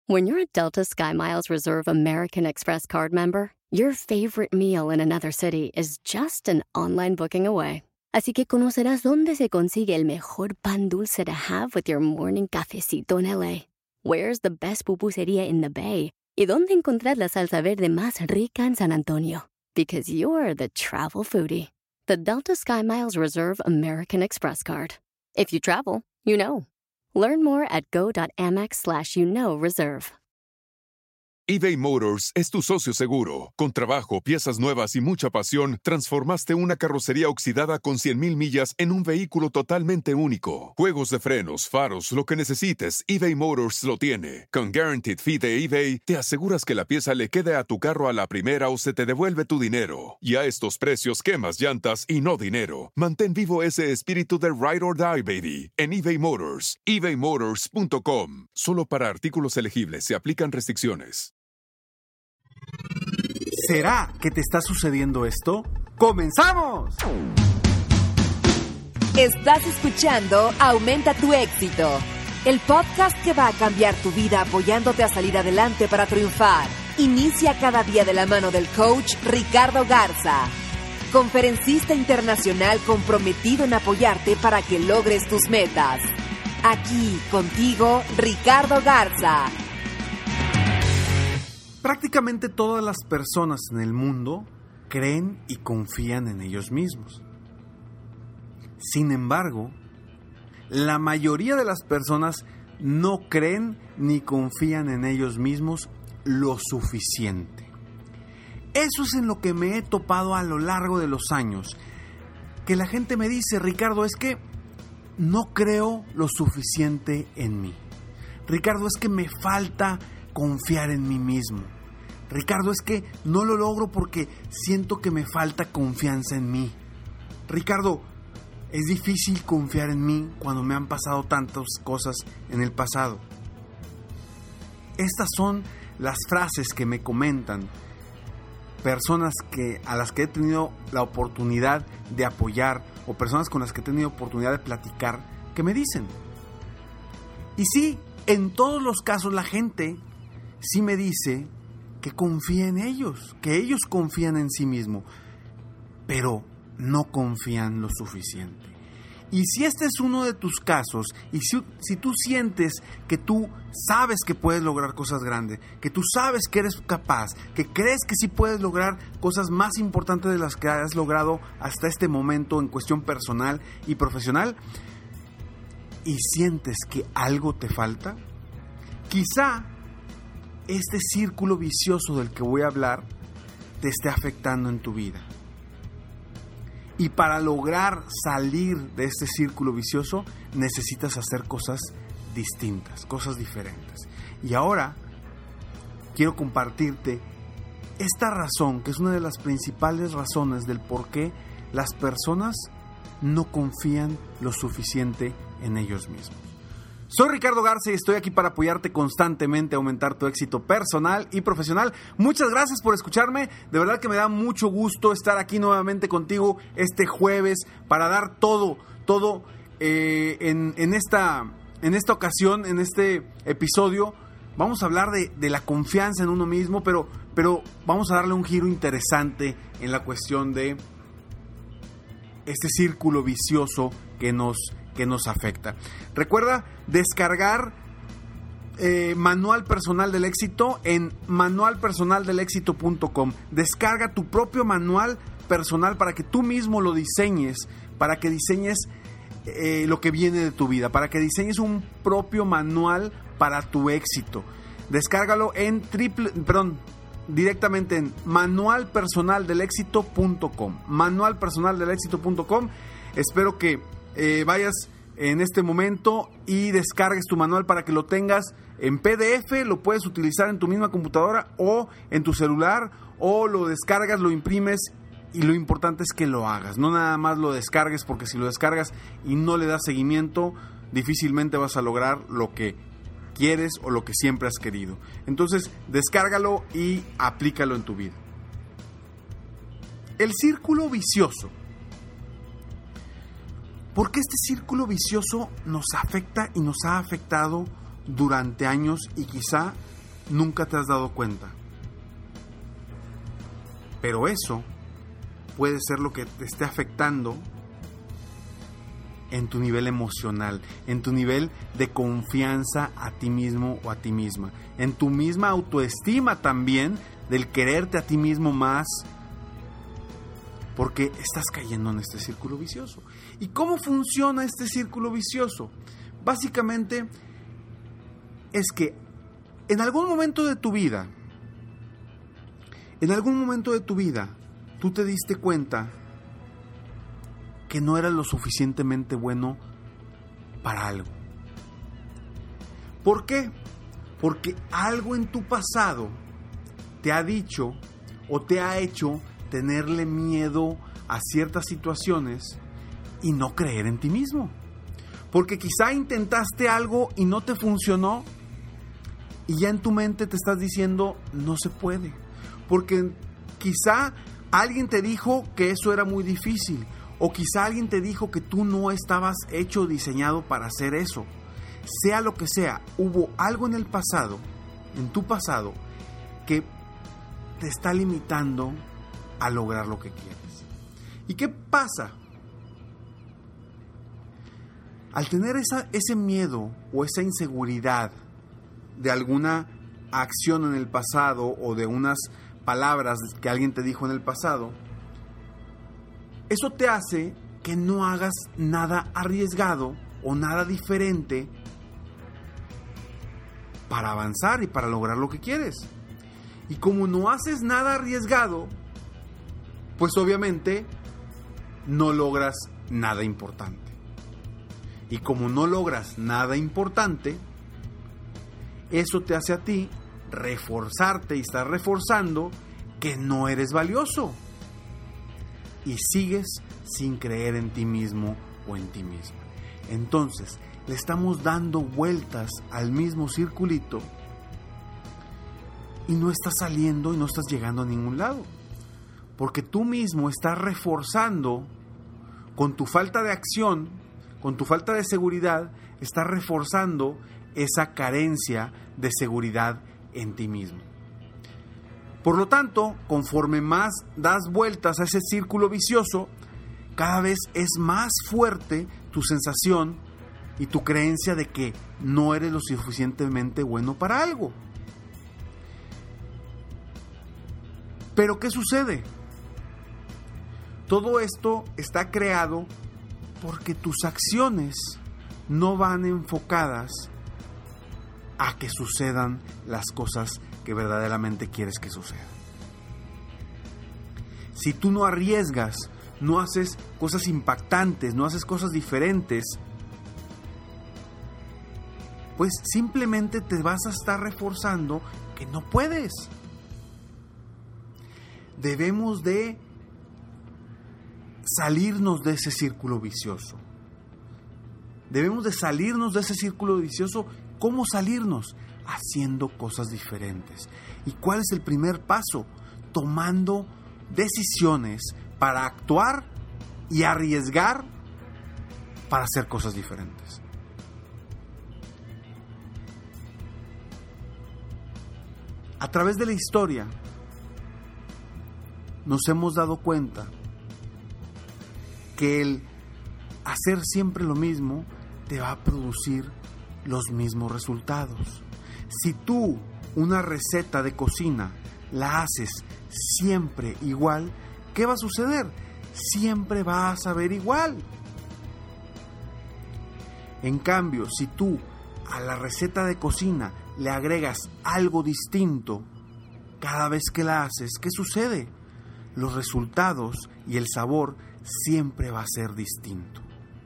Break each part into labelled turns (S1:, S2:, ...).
S1: When you're a Delta SkyMiles Reserve American Express card member, your favorite meal in another city is just an online booking away. Así que conocerás dónde se consigue el mejor pan dulce to have with your morning cafecito en LA. Where's the best pupusería in the Bay? Y dónde encontrar la salsa verde más rica en San Antonio. Because you're the travel foodie. The Delta SkyMiles Reserve American Express card. If you travel, you know. Learn more at go.amex/reserve.
S2: eBay Motors es tu socio seguro. Con trabajo, piezas nuevas y mucha pasión, transformaste una carrocería oxidada con 100,000 millas en un vehículo totalmente único. Juegos de frenos, faros, lo que necesites, eBay Motors lo tiene. Con Guaranteed Fee de eBay, te aseguras que la pieza le quede a tu carro a la primera o se te devuelve tu dinero. Y a estos precios, quemas llantas y no dinero. Mantén vivo ese espíritu de Ride or Die, baby, en eBay Motors. ebaymotors.com. Solo para artículos elegibles se aplican restricciones.
S3: ¿Será que te está sucediendo esto? ¡Comenzamos!
S4: Estás escuchando Aumenta tu éxito, el podcast que va a cambiar tu vida apoyándote a salir adelante para triunfar. Inicia cada día de la mano del coach Ricardo Garza, conferencista internacional comprometido en apoyarte para que logres tus metas. Aquí contigo, Ricardo Garza.
S3: Prácticamente todas las personas en el mundo creen y confían en ellos mismos. Sin embargo, la mayoría de las personas no creen ni confían en ellos mismos lo suficiente. Eso es en lo que me he topado a lo largo de los años. Que la gente me dice, Ricardo, es que no creo lo suficiente en mí. Ricardo, es que me falta confiar en mí mismo. Ricardo, es que no lo logro porque siento que me falta confianza en mí. Ricardo, es difícil confiar en mí cuando me han pasado tantas cosas en el pasado. Estas son las frases que me comentan personas a las que he tenido la oportunidad de apoyar o personas con las que he tenido oportunidad de platicar que me dicen. Y sí, en todos los casos la gente sí me dice que confía en ellos, que ellos confían en sí mismos, pero no confían lo suficiente. Y si este es uno de tus casos, y si tú sientes que tú sabes que puedes lograr cosas grandes, que tú sabes que eres capaz, que crees que sí puedes lograr cosas más importantes de las que has logrado hasta este momento en cuestión personal y profesional, y sientes que algo te falta, quizá este círculo vicioso del que voy a hablar te esté afectando en tu vida. Y para lograr salir de este círculo vicioso, necesitas hacer cosas distintas, cosas diferentes. Y ahora quiero compartirte esta razón, que es una de las principales razones del por qué las personas no confían lo suficiente en ellos mismos. Soy Ricardo Garza y estoy aquí para apoyarte constantemente a aumentar tu éxito personal y profesional. Muchas gracias por escucharme. De verdad que me da mucho gusto estar aquí nuevamente contigo este jueves para dar todo en esta ocasión, en este episodio. Vamos a hablar de la confianza en uno mismo, pero vamos a darle un giro interesante en la cuestión de este círculo vicioso que nos afecta. Recuerda descargar Manual Personal del Éxito en manualpersonaldelexito.com. Descarga tu propio manual personal para que tú mismo lo diseñes, para que diseñes lo que viene de tu vida, para que diseñes un propio manual para tu éxito. Descárgalo directamente en manualpersonaldelexito.com. manualpersonaldelexito.com. Espero que vayas en este momento y descargues tu manual para que lo tengas en PDF. Lo puedes utilizar en tu misma computadora o en tu celular, o lo descargas, lo imprimes, y lo importante es que lo hagas. No nada más lo descargues, porque si lo descargas y no le das seguimiento, difícilmente vas a lograr lo que quieres o lo que siempre has querido. Entonces, descárgalo y aplícalo en tu vida. El círculo vicioso. ¿Por qué este círculo vicioso nos afecta y nos ha afectado durante años y quizá nunca te has dado cuenta. Pero eso puede ser lo que te esté afectando en tu nivel emocional, en tu nivel de confianza a ti mismo o a ti misma, en tu misma autoestima también, del quererte a ti mismo más, porque estás cayendo en este círculo vicioso. ¿Y cómo funciona este círculo vicioso? Básicamente es que en algún momento de tu vida, tú te diste cuenta que no eras lo suficientemente bueno para algo. ¿Por qué? Porque algo en tu pasado te ha dicho o te ha hecho tenerle miedo a ciertas situaciones y no creer en ti mismo. Porque quizá intentaste algo y no te funcionó y ya en tu mente te estás diciendo no se puede. Porque quizá alguien te dijo que eso era muy difícil, o quizá alguien te dijo que tú no estabas hecho o diseñado para hacer eso. Sea lo que sea, hubo algo en el pasado, en tu pasado, que te está limitando a lograr lo que quieres. ¿Y qué pasa? Al tener ese miedo o esa inseguridad de alguna acción en el pasado o de unas palabras que alguien te dijo en el pasado, eso te hace que no hagas nada arriesgado o nada diferente para avanzar y para lograr lo que quieres. Y como no haces nada arriesgado, pues obviamente no logras nada importante. Y como no logras nada importante, eso te hace a ti reforzarte y estar reforzando que no eres valioso. Y sigues sin creer en ti mismo o en ti misma. Entonces, le estamos dando vueltas al mismo circulito y no estás saliendo y no estás llegando a ningún lado. Porque tú mismo estás reforzando con tu falta de acción, con tu falta de seguridad, estás reforzando esa carencia de seguridad en ti mismo. Por lo tanto, conforme más das vueltas a ese círculo vicioso, cada vez es más fuerte tu sensación y tu creencia de que no eres lo suficientemente bueno para algo. Pero ¿qué sucede? Todo esto está creado porque tus acciones no van enfocadas a que sucedan las cosas que verdaderamente quieres que sucedan. Si tú no arriesgas, no haces cosas impactantes, no haces cosas diferentes, pues simplemente te vas a estar reforzando que no puedes. Debemos de salirnos de ese círculo vicioso. Debemos de salirnos de ese círculo vicioso. ¿Cómo salirnos? Haciendo cosas diferentes. ¿Y cuál es el primer paso? Tomando decisiones para actuar y arriesgar para hacer cosas diferentes. A través de la historia nos hemos dado cuenta que el hacer siempre lo mismo te va a producir los mismos resultados. Si tú una receta de cocina la haces siempre igual, ¿qué va a suceder? Siempre va a saber igual. En cambio, si tú a la receta de cocina le agregas algo distinto cada vez que la haces, ¿qué sucede? Los resultados y el sabor siempre va a ser distinto.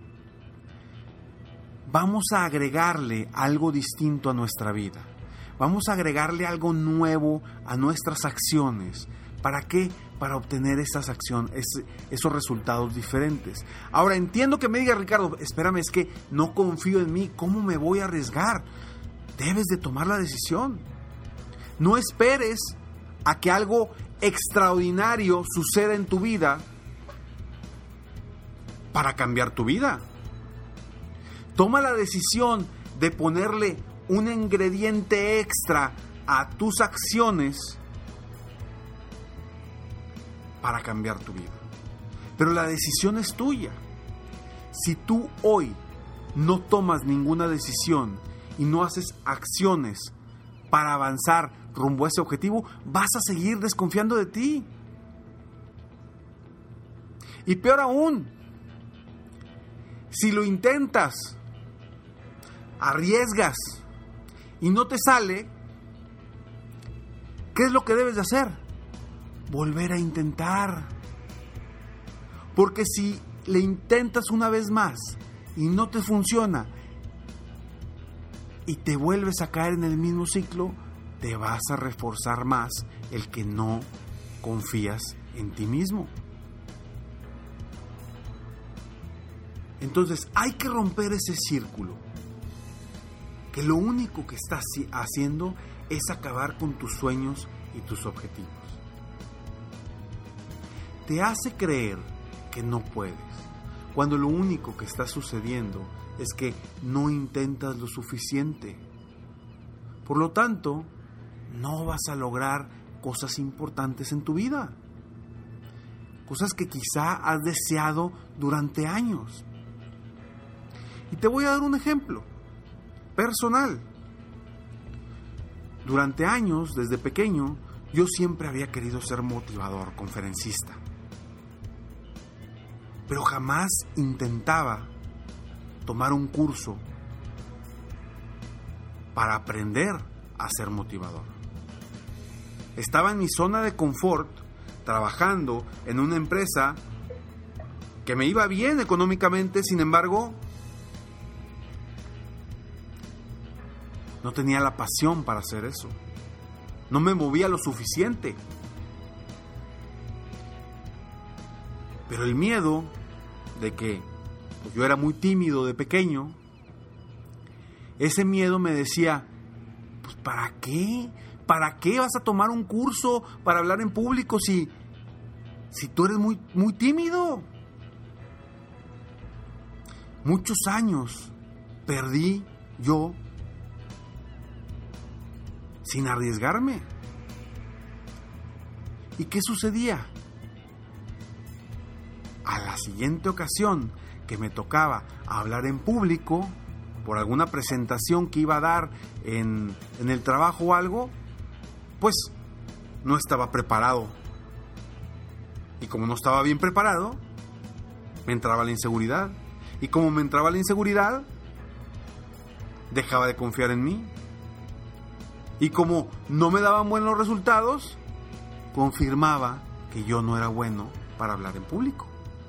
S3: Vamos a agregarle algo distinto a nuestra vida. Vamos a agregarle algo nuevo a nuestras acciones. ¿Para qué? Para obtener esas acciones, esos resultados diferentes. Ahora entiendo que me diga, Ricardo, espérame, es que no confío en mí. ¿Cómo me voy a arriesgar? Debes de tomar la decisión. No esperes a que algo extraordinario suceda en tu vida para cambiar tu vida. Toma la decisión de ponerle un ingrediente extra a tus acciones para cambiar tu vida. Pero la decisión es tuya. Si tú hoy no tomas ninguna decisión y no haces acciones para avanzar rumbo a ese objetivo, vas a seguir desconfiando de ti. Y peor aún, si lo intentas, arriesgas y no te sale, ¿qué es lo que debes de hacer? Volver a intentar. Porque si le intentas una vez más y no te funciona y te vuelves a caer en el mismo ciclo, te vas a reforzar más el que no confías en ti mismo. Entonces hay que romper ese círculo, que lo único que estás haciendo es acabar con tus sueños y tus objetivos. Te hace creer que no puedes, cuando lo único que está sucediendo es que no intentas lo suficiente. Por lo tanto, no vas a lograr cosas importantes en tu vida, cosas que quizá has deseado durante años. Y te voy a dar un ejemplo personal. Durante años, desde pequeño, yo siempre había querido ser motivador, conferencista. Pero jamás intentaba tomar un curso para aprender a ser motivador. Estaba en mi zona de confort, trabajando en una empresa que me iba bien económicamente, sin embargo, no tenía la pasión para hacer eso. No me movía lo suficiente. Pero el miedo de que yo era muy tímido de pequeño, ese miedo me decía, pues ¿para qué? ¿Para qué vas a tomar un curso para hablar en público si tú eres muy tímido? Muchos años perdí yo sin arriesgarme. ¿Y qué sucedía? A la siguiente ocasión que me tocaba hablar en público por alguna presentación que iba a dar en el trabajo o algo, pues no estaba preparado. Y como no estaba bien preparado, me entraba la inseguridad. Y como me entraba la inseguridad, dejaba de confiar en mí. Y como no me daban buenos resultados, confirmaba que yo no era bueno para hablar en público.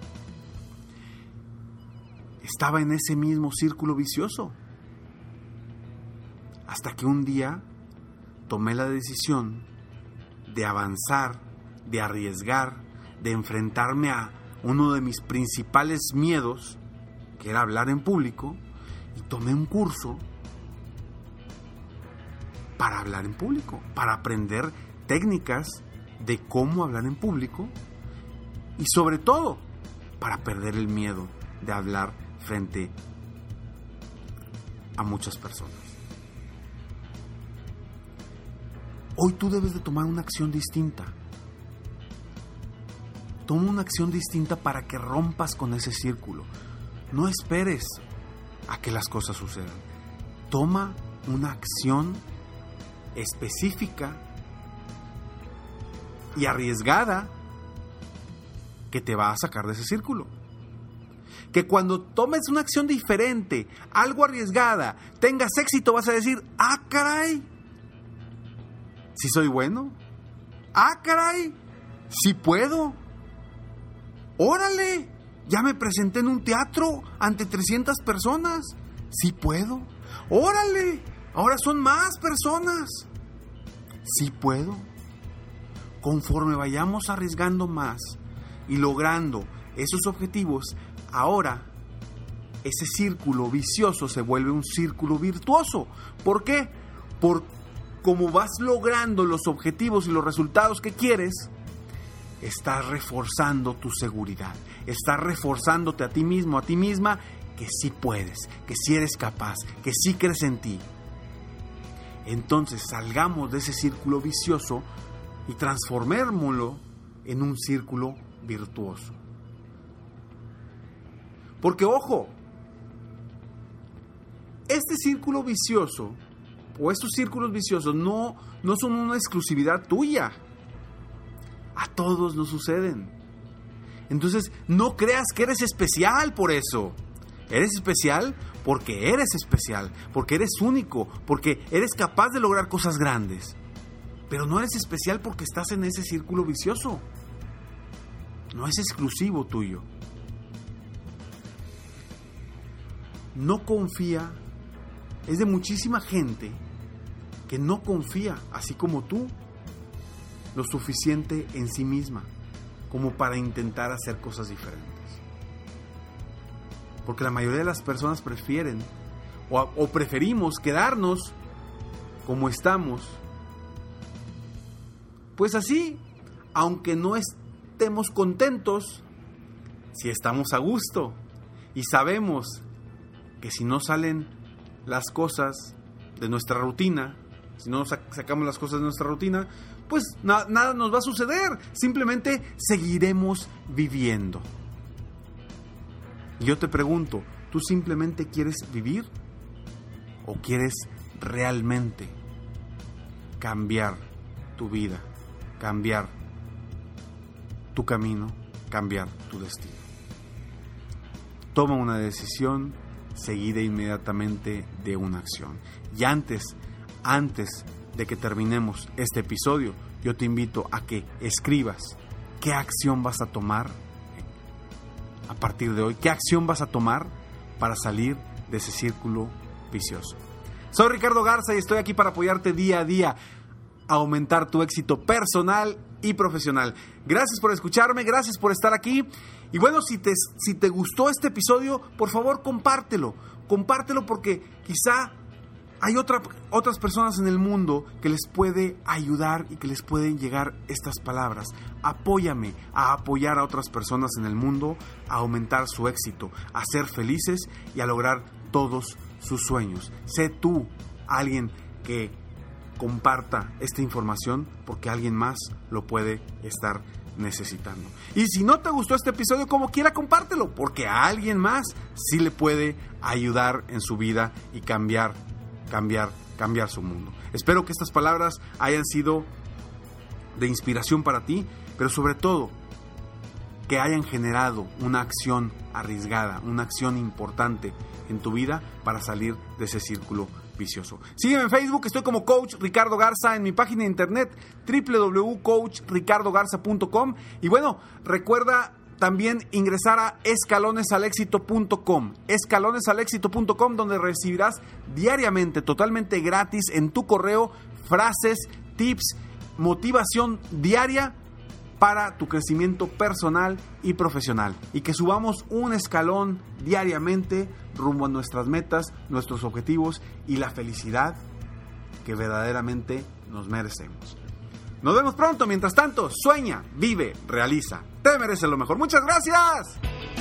S3: Estaba en ese mismo círculo vicioso. Hasta que un día tomé la decisión de avanzar, de arriesgar, de enfrentarme a uno de mis principales miedos, que era hablar en público, y tomé un curso para hablar en público, para aprender técnicas de cómo hablar en público y sobre todo para perder el miedo de hablar frente a muchas personas. Hoy tú debes de tomar una acción distinta. Toma una acción distinta para que rompas con ese círculo. No esperes a que las cosas sucedan. Toma una acción específica y arriesgada que te va a sacar de ese círculo. Que cuando tomes una acción diferente, algo arriesgada, tengas éxito, vas a decir, ¡ah, caray! ¿Sí soy bueno? ¡Ah, caray! ¡Sí puedo! ¡Órale! Ya me presenté en un teatro ante 300 personas. ¡Sí puedo! ¡Órale! Ahora son más personas. ¿Sí puedo? Conforme vayamos arriesgando más y logrando esos objetivos, ahora ese círculo vicioso se vuelve un círculo virtuoso. ¿Por qué? Por como vas logrando los objetivos y los resultados que quieres, estás reforzando tu seguridad, estás reforzándote a ti mismo, a ti misma, que sí puedes, que sí eres capaz, que sí crees en ti. entonces salgamos de ese círculo vicioso y transformémoslo en un círculo virtuoso. Porque ojo, este círculo vicioso o estos círculos viciosos no son una exclusividad tuya. A todos nos suceden. Entonces, no creas que eres especial por eso. Eres especial porque eres especial, porque eres único, porque eres capaz de lograr cosas grandes. Pero no eres especial porque estás en ese círculo vicioso. No es exclusivo tuyo. No confía. Es de muchísima gente que no confía, así como tú, lo suficiente en sí misma como para intentar hacer cosas diferentes. Porque la mayoría de las personas prefieren o preferimos quedarnos como estamos, pues así, aunque no estemos contentos, si estamos a gusto y sabemos que si no salen las cosas de nuestra rutina, si no sacamos las cosas de nuestra rutina, pues nada nos va a suceder. Simplemente seguiremos viviendo. Y yo te pregunto, ¿tú simplemente quieres vivir o quieres realmente cambiar tu vida, cambiar tu camino, cambiar tu destino? Toma una decisión seguida inmediatamente de una acción. Y antes de que terminemos este episodio, yo te invito a que escribas qué acción vas a tomar a partir de hoy, qué acción vas a tomar para salir de ese círculo vicioso. Soy Ricardo Garza y estoy aquí para apoyarte día a día a aumentar tu éxito personal y profesional. Gracias por escucharme, gracias por estar aquí. Y bueno, si te gustó este episodio, por favor compártelo porque quizá hay otras personas en el mundo que les puede ayudar y que les pueden llegar estas palabras. Apóyame a apoyar a otras personas en el mundo, a aumentar su éxito, a ser felices y a lograr todos sus sueños. Sé tú alguien que comparta esta información porque alguien más lo puede estar necesitando. Y si no te gustó este episodio, como quiera, compártelo porque a alguien más sí le puede ayudar en su vida y cambiar su mundo. Espero que estas palabras hayan sido de inspiración para ti, pero sobre todo que hayan generado una acción arriesgada, una acción importante en tu vida para salir de ese círculo vicioso. Sígueme en Facebook, estoy como Coach Ricardo Garza, en mi página de internet www.coachricardogarza.com. Y bueno, recuerda también ingresar a escalonesalexito.com, donde recibirás diariamente, totalmente gratis, en tu correo, frases, tips, motivación diaria para tu crecimiento personal y profesional. Y que subamos un escalón diariamente rumbo a nuestras metas, nuestros objetivos y la felicidad que verdaderamente nos merecemos. Nos vemos pronto. Mientras tanto, sueña, vive, realiza. Te mereces lo mejor. ¡Muchas gracias!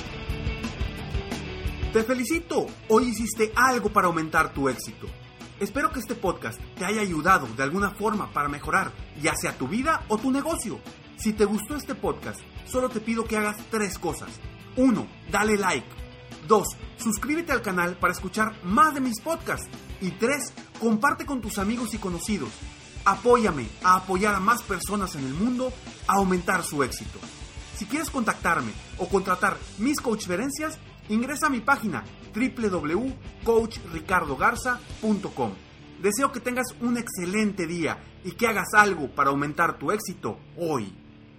S3: Te felicito. Hoy hiciste algo para aumentar tu éxito. Espero que este podcast te haya ayudado de alguna forma para mejorar, ya sea tu vida o tu negocio. Si te gustó este podcast, solo te pido que hagas 3 cosas. 1. Dale like. 2. Suscríbete al canal para escuchar más de mis podcasts. Y 3. Comparte con tus amigos y conocidos. Apóyame a apoyar a más personas en el mundo a aumentar su éxito. Si quieres contactarme o contratar mis coachferencias, ingresa a mi página www.coachricardogarza.com. Deseo que tengas un excelente día y que hagas algo para aumentar tu éxito hoy.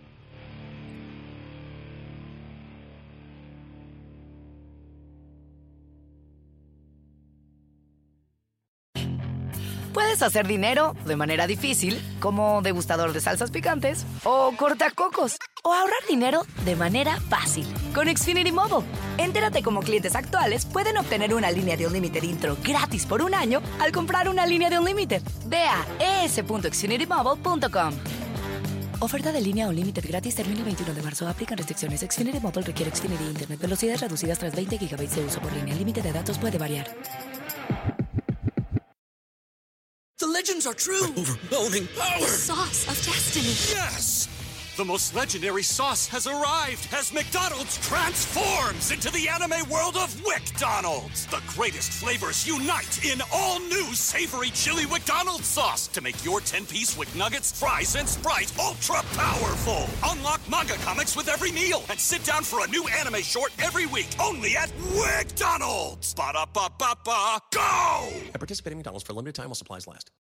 S5: Puedes hacer dinero de manera difícil, como degustador de salsas picantes, o cortacocos, o ahorrar dinero de manera fácil con Xfinity Mobile. Entérate cómo clientes actuales pueden obtener una línea de Unlimited intro gratis por 1 año al comprar una línea de Unlimited. Ve a es.xfinitymobile.com. Oferta de línea Unlimited gratis termina el 21 de marzo. Aplican restricciones. Xfinity Mobile requiere Xfinity Internet. Velocidades reducidas tras 20 GB de uso por línea. El límite de datos puede variar.
S6: The Legend dreams are true.
S7: Overwhelming power.
S6: The sauce of destiny.
S7: Yes! The most legendary sauce has arrived as McDonald's transforms into the anime world of WickDonald's. The greatest flavors unite in all new savory chili McDonald's sauce to make your 10-piece Wick Nuggets, fries, and Sprite ultra-powerful. Unlock manga comics with every meal and sit down for a new anime short every week only at WickDonald's. Ba-da-ba-ba-ba, go!
S8: At participating McDonald's for a limited time while supplies last.